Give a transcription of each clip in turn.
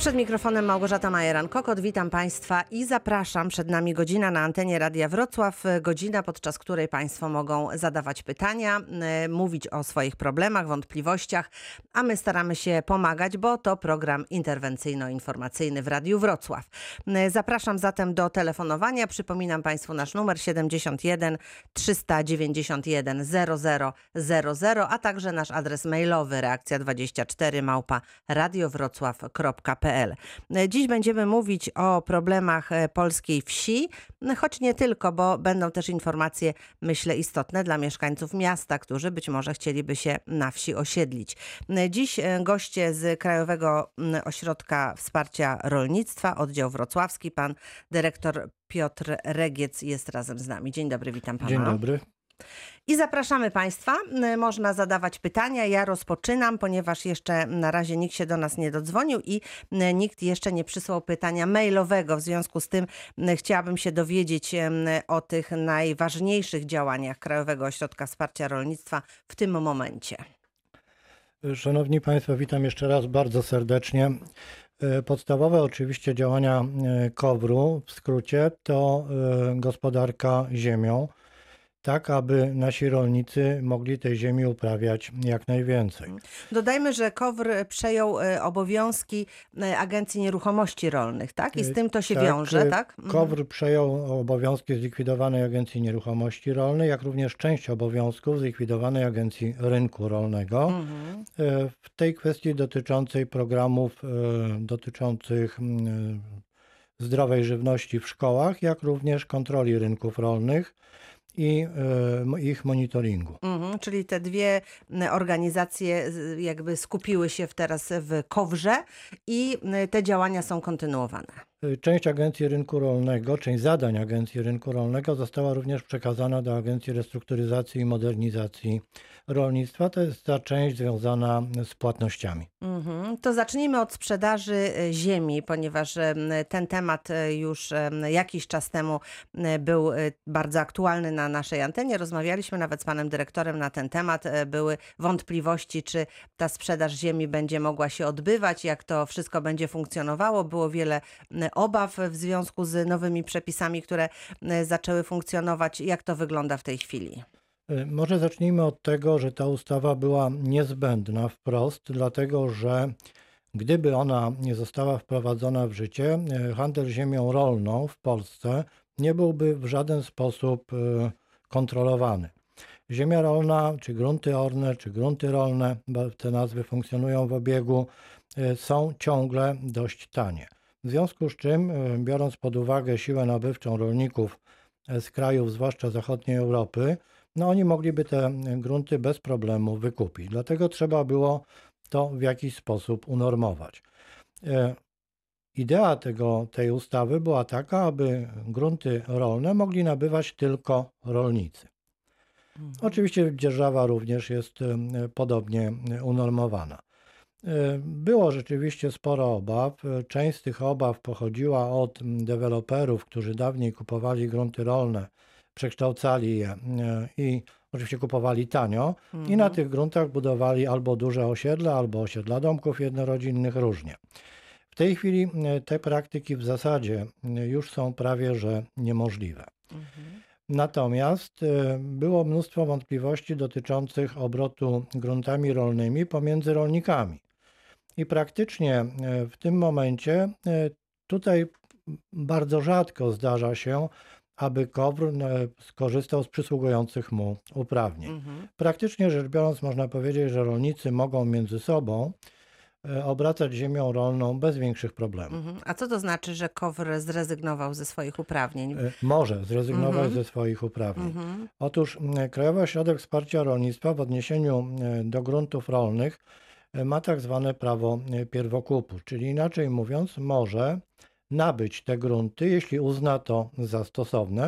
Przed mikrofonem Małgorzata Majeran-Kokot. Witam Państwa i zapraszam. Przed nami godzina na antenie Radia Wrocław. Godzina, podczas której Państwo mogą zadawać pytania, mówić o swoich problemach, wątpliwościach, a my staramy się pomagać, bo to program interwencyjno-informacyjny w Radiu Wrocław. Zapraszam zatem do telefonowania. Przypominam Państwu nasz numer 71 391 0000, a także nasz adres mailowy reakcja24@radiowrocław.pl. Dziś będziemy mówić o problemach polskiej wsi, choć nie tylko, bo będą też informacje, myślę, istotne dla mieszkańców miasta, którzy być może chcieliby się na wsi osiedlić. Dziś goście z Krajowego Ośrodka Wsparcia Rolnictwa, oddział wrocławski, pan dyrektor Piotr Regiec jest razem z nami. Dzień dobry, witam pana. Dzień dobry. I zapraszamy Państwa. Można zadawać pytania. Ja rozpoczynam, ponieważ jeszcze na razie nikt się do nas nie dodzwonił i nikt jeszcze nie przysłał pytania mailowego. W związku z tym chciałabym się dowiedzieć o tych najważniejszych działaniach Krajowego Ośrodka Wsparcia Rolnictwa w tym momencie. Szanowni Państwo, witam jeszcze raz bardzo serdecznie. Podstawowe oczywiście działania KOWR-u w skrócie to gospodarka ziemią, tak aby nasi rolnicy mogli tej ziemi uprawiać jak najwięcej. Dodajmy, że KOWR przejął obowiązki Agencji Nieruchomości Rolnych, tak? I z tym to się wiąże, tak? KOWR przejął obowiązki zlikwidowanej Agencji Nieruchomości Rolnej, jak również część obowiązków zlikwidowanej Agencji Rynku Rolnego. W tej kwestii dotyczącej programów dotyczących zdrowej żywności w szkołach, jak również kontroli rynków rolnych i ich monitoringu. Czyli te dwie organizacje jakby skupiły się teraz w KOWR-ze i te działania są kontynuowane. Część Agencji Rynku Rolnego, część zadań Agencji Rynku Rolnego została również przekazana do Agencji Restrukturyzacji i Modernizacji Rolnictwa. To jest ta część związana z płatnościami. To zacznijmy od sprzedaży ziemi, ponieważ ten temat już jakiś czas temu był bardzo aktualny na naszej antenie. Rozmawialiśmy nawet z panem dyrektorem na ten temat. Były wątpliwości, czy ta sprzedaż ziemi będzie mogła się odbywać, jak to wszystko będzie funkcjonowało. Było wiele obaw w związku z nowymi przepisami, które zaczęły funkcjonować. Jak to wygląda w tej chwili? Może zacznijmy od tego, że ta ustawa była niezbędna wprost, dlatego że gdyby ona nie została wprowadzona w życie, handel ziemią rolną w Polsce nie byłby w żaden sposób kontrolowany. Ziemia rolna, czy grunty orne, czy grunty rolne, bo te nazwy funkcjonują w obiegu, są ciągle dość tanie. W związku z czym, biorąc pod uwagę siłę nabywczą rolników z krajów, zwłaszcza zachodniej Europy, oni mogliby te grunty bez problemu wykupić. Dlatego trzeba było to w jakiś sposób unormować. Idea tej ustawy była taka, aby grunty rolne mogli nabywać tylko rolnicy. Oczywiście dzierżawa również jest podobnie unormowana. Było rzeczywiście sporo obaw. Część z tych obaw pochodziła od deweloperów, którzy dawniej kupowali grunty rolne, przekształcali je i oczywiście kupowali tanio i na tych gruntach budowali albo duże osiedla, albo osiedla domków jednorodzinnych, różnie. W tej chwili te praktyki w zasadzie już są prawie że niemożliwe. Natomiast było mnóstwo wątpliwości dotyczących obrotu gruntami rolnymi pomiędzy rolnikami. I praktycznie w tym momencie tutaj bardzo rzadko zdarza się, aby KOWR skorzystał z przysługujących mu uprawnień. Praktycznie rzecz biorąc można powiedzieć, że rolnicy mogą między sobą obracać ziemią rolną bez większych problemów. A co to znaczy, że KOWR zrezygnował ze swoich uprawnień? Może zrezygnować ze swoich uprawnień. Otóż Krajowy Ośrodek Wsparcia Rolnictwa w odniesieniu do gruntów rolnych ma tak zwane prawo pierwokupu, czyli inaczej mówiąc może nabyć te grunty, jeśli uzna to za stosowne,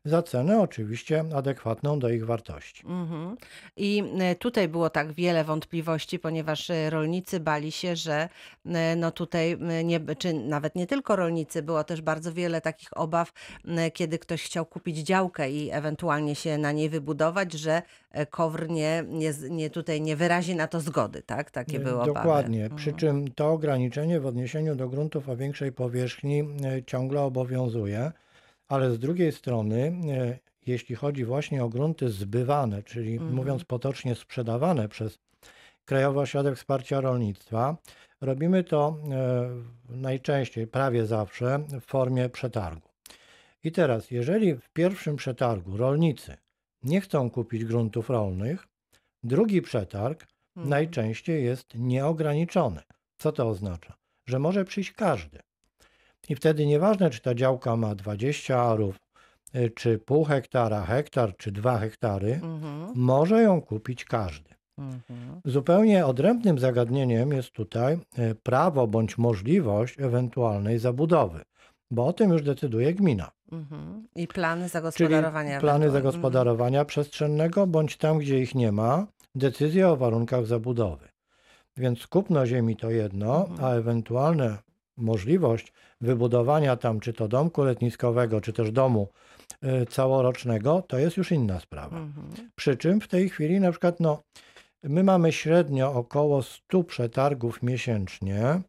za cenę oczywiście adekwatną do ich wartości. Mhm. I tutaj było tak wiele wątpliwości, ponieważ rolnicy bali się, że no tutaj nie, czy nawet nie tylko rolnicy, było też bardzo wiele takich obaw, kiedy ktoś chciał kupić działkę i ewentualnie się na niej wybudować, że KOWR nie tutaj nie wyrazi na to zgody, tak? Takie były obawy. Dokładnie. Przy czym to ograniczenie w odniesieniu do gruntów o większej powierzchni ciągle obowiązuje, ale z drugiej strony, jeśli chodzi właśnie o grunty zbywane, czyli mówiąc potocznie sprzedawane przez Krajowy Ośrodek Wsparcia Rolnictwa, robimy to najczęściej, prawie zawsze w formie przetargu. I teraz, jeżeli w pierwszym przetargu rolnicy nie chcą kupić gruntów rolnych, drugi przetarg najczęściej jest nieograniczony. Co to oznacza? Że może przyjść każdy. I wtedy nieważne, czy ta działka ma 20 arów, czy pół hektara, hektar, czy 2 hektary, może ją kupić każdy. Zupełnie odrębnym zagadnieniem jest tutaj prawo bądź możliwość ewentualnej zabudowy, bo o tym już decyduje gmina. I plany zagospodarowania. Czyli plany zagospodarowania przestrzennego, bądź tam, gdzie ich nie ma, decyzja o warunkach zabudowy. Więc kupno ziemi to jedno, a ewentualna możliwość wybudowania tam czy to domku letniskowego, czy też domu całorocznego, to jest już inna sprawa. Przy czym w tej chwili na przykład my mamy średnio około 100 przetargów miesięcznie,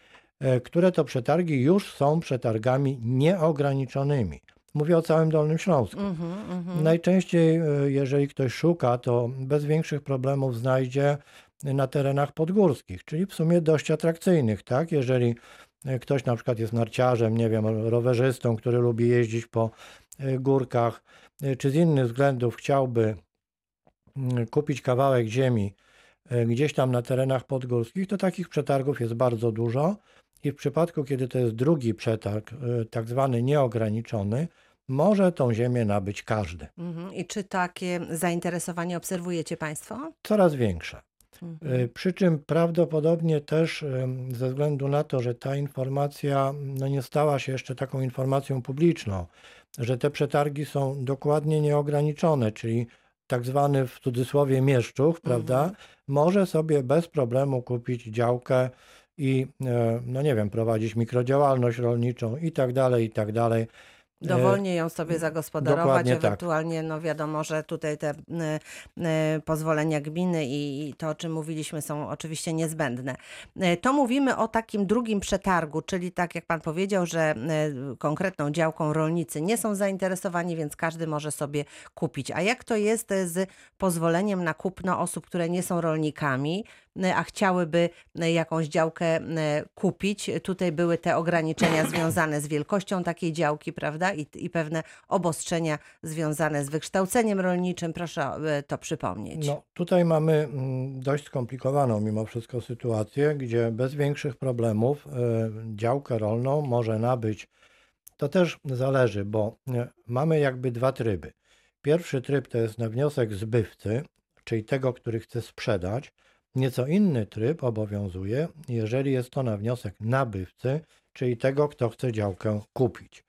które to przetargi już są przetargami nieograniczonymi. Mówię o całym Dolnym Śląsku. Najczęściej, jeżeli ktoś szuka, to bez większych problemów znajdzie na terenach podgórskich, czyli w sumie dość atrakcyjnych, tak? Jeżeli ktoś na przykład jest narciarzem, nie wiem, rowerzystą, który lubi jeździć po górkach, czy z innych względów chciałby kupić kawałek ziemi gdzieś tam na terenach podgórskich, to takich przetargów jest bardzo dużo i w przypadku, kiedy to jest drugi przetarg, tak zwany nieograniczony, może tą ziemię nabyć każdy. I czy takie zainteresowanie obserwujecie Państwo? Coraz większe. Przy czym prawdopodobnie też ze względu na to, że ta informacja nie stała się jeszcze taką informacją publiczną, że te przetargi są dokładnie nieograniczone, czyli tak zwany w cudzysłowie mieszczuch, prawda, może sobie bez problemu kupić działkę i nie wiem, prowadzić mikrodziałalność rolniczą i tak dalej, i tak dalej. Dowolnie ją sobie zagospodarować, Dokładnie tak. ewentualnie wiadomo, że tutaj te pozwolenia gminy i to, o czym mówiliśmy, są oczywiście niezbędne. To mówimy o takim drugim przetargu, czyli tak jak Pan powiedział, że konkretną działką rolnicy nie są zainteresowani, więc każdy może sobie kupić. A jak to jest z pozwoleniem na kupno osób, które nie są rolnikami, a chciałyby jakąś działkę kupić? Tutaj były te ograniczenia związane z wielkością takiej działki, prawda? I pewne obostrzenia związane z wykształceniem rolniczym. Proszę to przypomnieć. Tutaj mamy dość skomplikowaną mimo wszystko sytuację, gdzie bez większych problemów działkę rolną może nabyć. To też zależy, bo mamy jakby dwa tryby. Pierwszy tryb to jest na wniosek zbywcy, czyli tego, który chce sprzedać. Nieco inny tryb obowiązuje, jeżeli jest to na wniosek nabywcy, czyli tego, kto chce działkę kupić.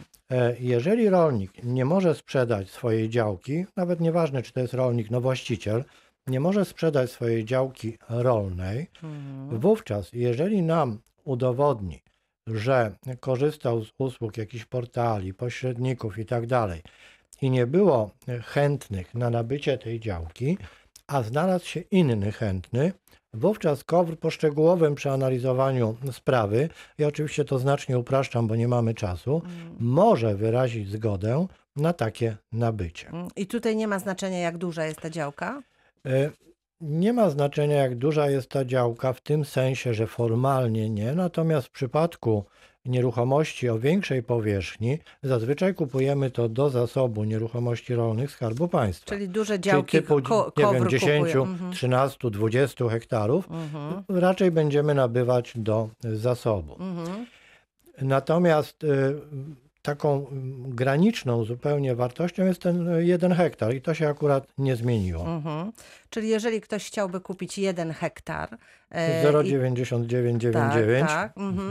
Jeżeli rolnik nie może sprzedać swojej działki, nawet nieważne, czy to jest rolnik, właściciel, nie może sprzedać swojej działki rolnej, wówczas jeżeli nam udowodni, że korzystał z usług jakichś portali, pośredników i tak dalej i nie było chętnych na nabycie tej działki, a znalazł się inny chętny, wówczas KOWR po szczegółowym przeanalizowaniu sprawy, ja oczywiście to znacznie upraszczam, bo nie mamy czasu, może wyrazić zgodę na takie nabycie. I tutaj nie ma znaczenia, jak duża jest ta działka? Nie ma znaczenia, jak duża jest ta działka, w tym sensie, że formalnie nie, natomiast w przypadku nieruchomości o większej powierzchni zazwyczaj kupujemy to do zasobu nieruchomości rolnych Skarbu Państwa. Czyli duże działki, czyli typu, nie wiem, 10, 13, 20 hektarów, raczej będziemy nabywać do zasobu. Natomiast taką graniczną zupełnie wartością jest ten 1 hektar i to się akurat nie zmieniło. Czyli jeżeli ktoś chciałby kupić 1 hektar... 0,9999,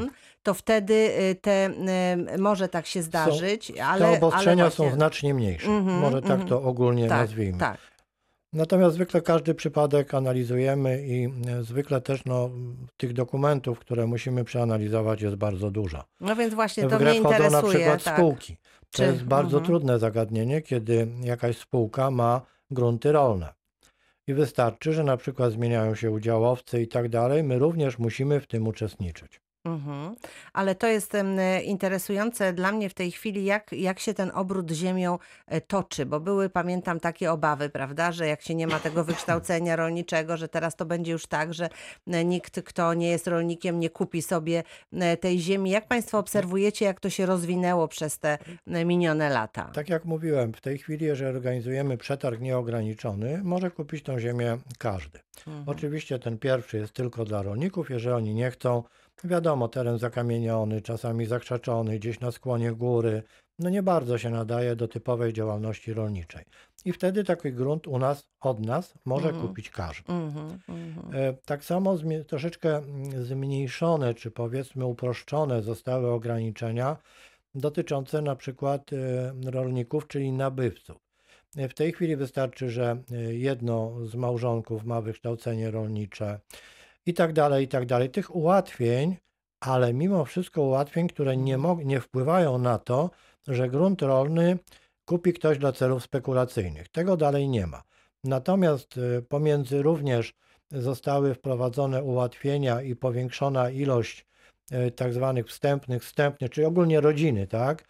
to wtedy może tak się zdarzyć, ale Te obostrzenia są właśnie... znacznie mniejsze. Może tak to ogólnie Tak, nazwijmy. tak. Natomiast zwykle każdy przypadek analizujemy i zwykle też tych dokumentów, które musimy przeanalizować, jest bardzo dużo. No więc właśnie W to grę mnie wchodzą na interesuje. przykład Tak. spółki. To Czy- jest bardzo trudne zagadnienie, kiedy jakaś spółka ma grunty rolne. I wystarczy, że na przykład zmieniają się udziałowcy i tak dalej. My również musimy w tym uczestniczyć. Ale to jest interesujące dla mnie w tej chwili, jak się ten obrót ziemią toczy, bo były, pamiętam, takie obawy, prawda, że jak się nie ma tego wykształcenia rolniczego, że teraz to będzie już tak, że nikt, kto nie jest rolnikiem, nie kupi sobie tej ziemi. Jak Państwo obserwujecie, jak to się rozwinęło przez te minione lata? Tak jak mówiłem, w tej chwili, jeżeli organizujemy przetarg nieograniczony, może kupić tą ziemię każdy. Oczywiście ten pierwszy jest tylko dla rolników, jeżeli oni nie chcą. Wiadomo, teren zakamieniony, czasami zakrzaczony, gdzieś na skłonie góry, no nie bardzo się nadaje do typowej działalności rolniczej. I wtedy taki grunt od nas może kupić każdy. Tak samo troszeczkę zmniejszone, czy powiedzmy uproszczone zostały ograniczenia dotyczące na przykład rolników, czyli nabywców. W tej chwili wystarczy, że jedno z małżonków ma wykształcenie rolnicze i tak dalej, i tak dalej. Tych ułatwień, ale mimo wszystko ułatwień, które nie wpływają na to, że grunt rolny kupi ktoś dla celów spekulacyjnych. Tego dalej nie ma. Natomiast pomiędzy również zostały wprowadzone ułatwienia i powiększona ilość tak zwanych wstępnych, czyli ogólnie rodziny, tak?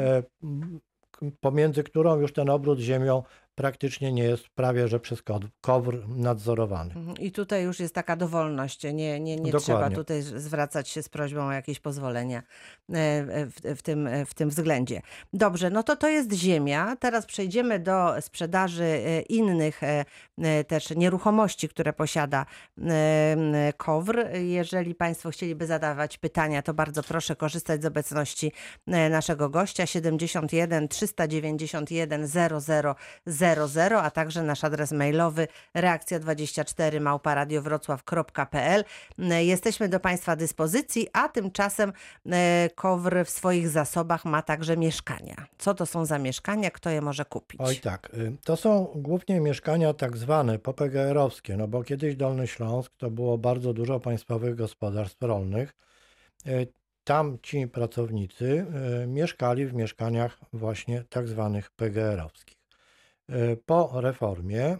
Pomiędzy którą już ten obrót ziemią praktycznie nie jest prawie że przez KOWR nadzorowany. I tutaj już jest taka dowolność, nie trzeba tutaj zwracać się z prośbą o jakieś pozwolenia w tym względzie. Dobrze, no to jest ziemia. Teraz przejdziemy do sprzedaży innych też nieruchomości, które posiada KOWR. Jeżeli Państwo chcieliby zadawać pytania, to bardzo proszę korzystać z obecności naszego gościa 71 391 0000, a także nasz adres mailowy reakcja24@radiowrocław.pl. Jesteśmy do Państwa dyspozycji, a tymczasem KOWR w swoich zasobach ma także mieszkania. Co to są za mieszkania? Kto je może kupić? Oj tak, to są głównie mieszkania tak zwane PGR-owskie, no bo kiedyś Dolny Śląsk to było bardzo dużo państwowych gospodarstw rolnych. Tam ci pracownicy mieszkali w mieszkaniach właśnie tak zwanych PGR-owskich. Po reformie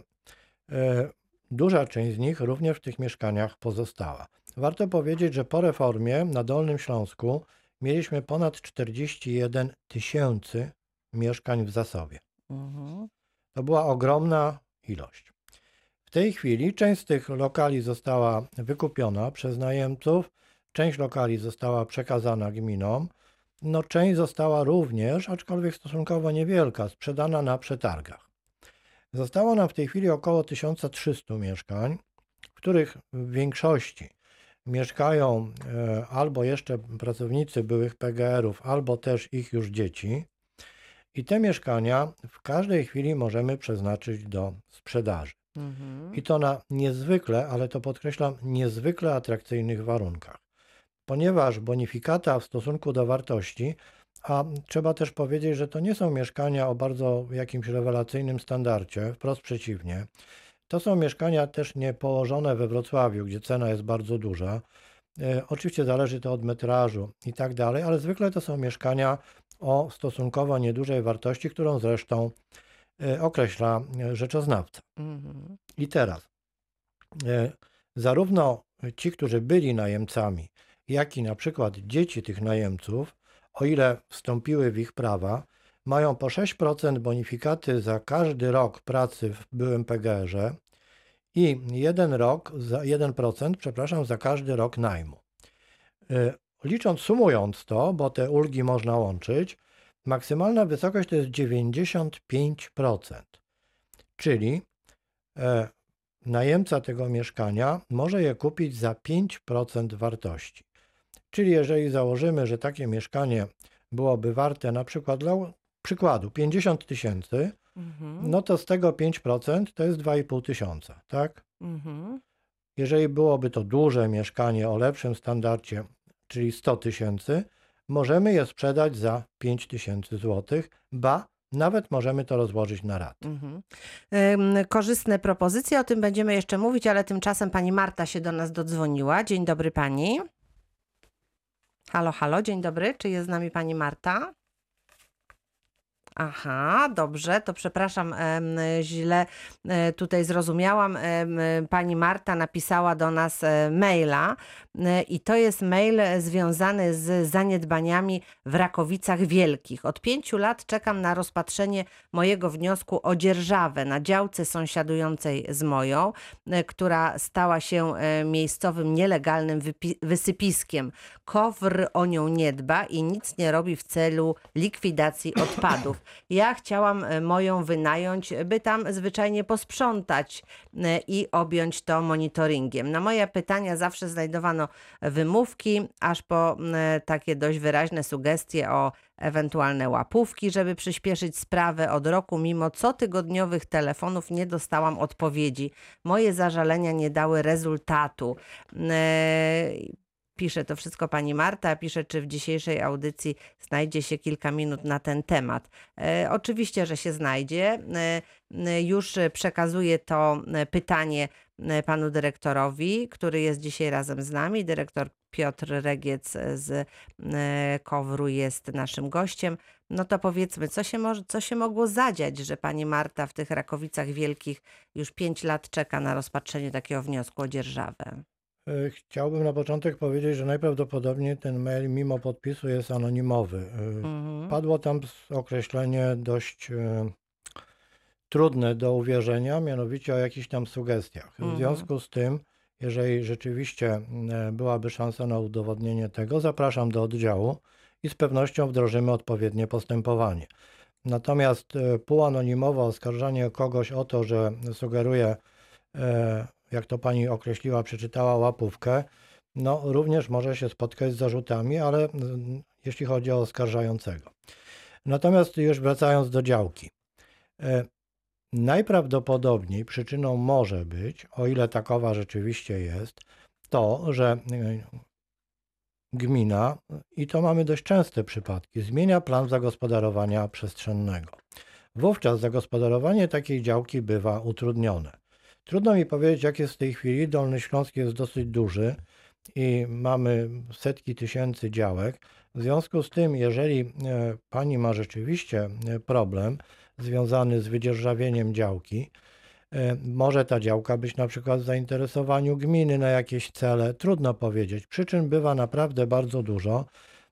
duża część z nich również w tych mieszkaniach pozostała. Warto powiedzieć, że po reformie na Dolnym Śląsku mieliśmy ponad 41 000 mieszkań w zasobie. To była ogromna ilość. W tej chwili część z tych lokali została wykupiona przez najemców, część lokali została przekazana gminom, no część została również, aczkolwiek stosunkowo niewielka, sprzedana na przetargach. Zostało nam w tej chwili około 1300 mieszkań, w których w większości mieszkają albo jeszcze pracownicy byłych PGR-ów, albo też ich już dzieci. I te mieszkania w każdej chwili możemy przeznaczyć do sprzedaży. I to na niezwykle, ale to podkreślam, niezwykle atrakcyjnych warunkach. Ponieważ bonifikata w stosunku do wartości, a trzeba też powiedzieć, że to nie są mieszkania o bardzo jakimś rewelacyjnym standardzie, wprost przeciwnie. To są mieszkania też nie położone we Wrocławiu, gdzie cena jest bardzo duża. Oczywiście zależy to od metrażu i tak dalej, ale zwykle to są mieszkania o stosunkowo niedużej wartości, którą zresztą określa rzeczoznawca. I teraz zarówno ci, którzy byli najemcami, jak i na przykład dzieci tych najemców, o ile wstąpiły w ich prawa, mają po 6% bonifikaty za każdy rok pracy w byłym PGR-ze i 1% za każdy rok najmu. Sumując to, bo te ulgi można łączyć, maksymalna wysokość to jest 95%, czyli najemca tego mieszkania może je kupić za 5% wartości. Czyli jeżeli założymy, że takie mieszkanie byłoby warte na przykład dla przykładu 50 000, no to z tego 5% to jest 2500, tak? Jeżeli byłoby to duże mieszkanie o lepszym standardzie, czyli 100 tysięcy, możemy je sprzedać za 5 tysięcy złotych, ba, nawet możemy to rozłożyć na raty. Korzystne propozycje, o tym będziemy jeszcze mówić, ale tymczasem pani Marta się do nas dodzwoniła. Dzień dobry pani. Halo, halo, dzień dobry. Czy jest z nami pani Marta? Aha, dobrze, to przepraszam, źle tutaj zrozumiałam. Pani Marta napisała do nas maila i to jest mail związany z zaniedbaniami w Rakowicach Wielkich. Od 5 lat czekam na rozpatrzenie mojego wniosku o dzierżawę na działce sąsiadującej z moją, która stała się miejscowym nielegalnym wysypiskiem. KOWR o nią nie dba i nic nie robi w celu likwidacji odpadów. Ja chciałam moją wynająć, by tam zwyczajnie posprzątać i objąć to monitoringiem. Na moje pytania zawsze znajdowano wymówki, aż po takie dość wyraźne sugestie o ewentualne łapówki, żeby przyspieszyć sprawę. Od roku, mimo cotygodniowych telefonów, nie dostałam odpowiedzi. Moje zażalenia nie dały rezultatu. Pisze to wszystko pani Marta, pisze, czy w dzisiejszej audycji znajdzie się kilka minut na ten temat. Oczywiście, że się znajdzie. Już przekazuję to pytanie panu dyrektorowi, który jest dzisiaj razem z nami. Dyrektor Piotr Regiec z KOWR-u jest naszym gościem. No to powiedzmy, co się mogło zadziać, że pani Marta w tych Rakowicach Wielkich już 5 lat czeka na rozpatrzenie takiego wniosku o dzierżawę? Chciałbym na początek powiedzieć, że najprawdopodobniej ten mail mimo podpisu jest anonimowy. Padło tam określenie dość trudne do uwierzenia, mianowicie o jakichś tam sugestiach. W związku z tym, jeżeli rzeczywiście byłaby szansa na udowodnienie tego, zapraszam do oddziału i z pewnością wdrożymy odpowiednie postępowanie. Natomiast półanonimowe oskarżanie kogoś o to, że sugeruje, jak to pani określiła, przeczytała łapówkę, no również może się spotkać z zarzutami, ale jeśli chodzi o oskarżającego. Natomiast już wracając do działki. Najprawdopodobniej przyczyną może być, o ile takowa rzeczywiście jest, to, że gmina, i to mamy dość częste przypadki, zmienia plan zagospodarowania przestrzennego. Wówczas zagospodarowanie takiej działki bywa utrudnione. Trudno mi powiedzieć, jak jest w tej chwili. Dolny Śląsk jest dosyć duży i mamy setki tysięcy działek. W związku z tym, jeżeli pani ma rzeczywiście problem związany z wydzierżawieniem działki, może ta działka być na przykład w zainteresowaniu gminy na jakieś cele. Trudno powiedzieć. Przyczyn bywa naprawdę bardzo dużo.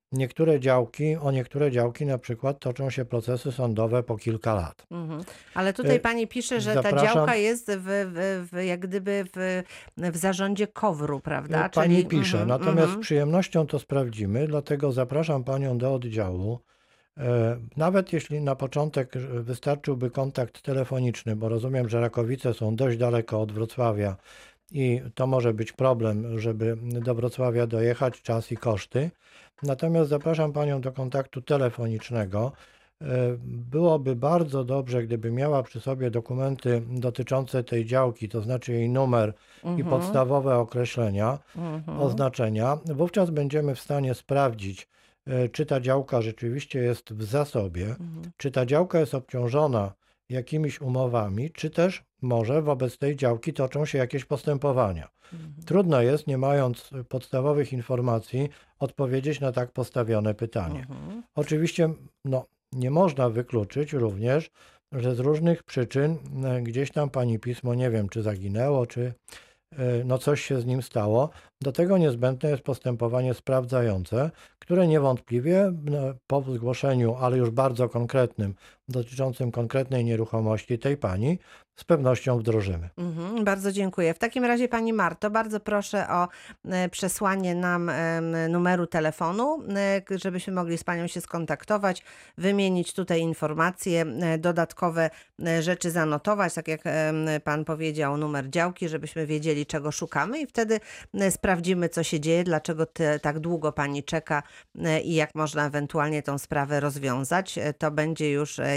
O niektóre działki na przykład toczą się procesy sądowe po kilka lat. Ale tutaj pani pisze, że ta działka jest jak gdyby w zarządzie KOWR-u, prawda? Pani pisze, natomiast z przyjemnością to sprawdzimy, dlatego zapraszam panią do oddziału. Nawet jeśli na początek wystarczyłby kontakt telefoniczny, bo rozumiem, że Rakowice są dość daleko od Wrocławia i to może być problem, żeby do Wrocławia dojechać, czas i koszty. Natomiast zapraszam panią do kontaktu telefonicznego. Byłoby bardzo dobrze, gdyby miała przy sobie dokumenty dotyczące tej działki, to znaczy jej numer i podstawowe określenia, oznaczenia. Wówczas będziemy w stanie sprawdzić, czy ta działka rzeczywiście jest w zasobie, czy ta działka jest obciążona jakimiś umowami, czy też może wobec tej działki toczą się jakieś postępowania. Trudno jest, nie mając podstawowych informacji, odpowiedzieć na tak postawione pytanie. Oczywiście nie można wykluczyć również, że z różnych przyczyn gdzieś tam pani pismo, nie wiem, czy zaginęło, czy coś się z nim stało. Do tego niezbędne jest postępowanie sprawdzające, które niewątpliwie po zgłoszeniu, ale już bardzo konkretnym, dotyczącym konkretnej nieruchomości tej pani, z pewnością wdrożymy. Bardzo dziękuję. W takim razie pani Marto, bardzo proszę o przesłanie nam numeru telefonu, żebyśmy mogli z panią się skontaktować, wymienić tutaj informacje, dodatkowe rzeczy zanotować, tak jak pan powiedział, numer działki, żebyśmy wiedzieli, czego szukamy i wtedy sprawdzimy, co się dzieje, dlaczego tak długo pani czeka i jak można ewentualnie tą sprawę rozwiązać. To będzie już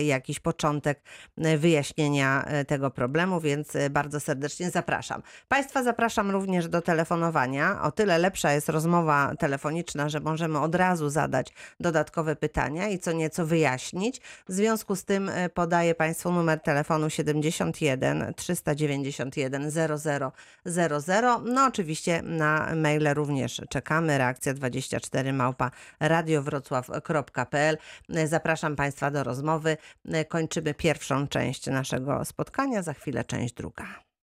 jakiś początek wyjaśnienia tego problemu, więc bardzo serdecznie zapraszam. Państwa zapraszam również do telefonowania. O tyle lepsza jest rozmowa telefoniczna, że możemy od razu zadać dodatkowe pytania i co nieco wyjaśnić. W związku z tym podaję Państwu numer telefonu 71 391 0000. No oczywiście na maile również czekamy. reakcja24@radiowrocław.pl. Zapraszam Państwa do rozmowy. Kończymy pierwszą część naszego spotkania. Za chwilę część druga.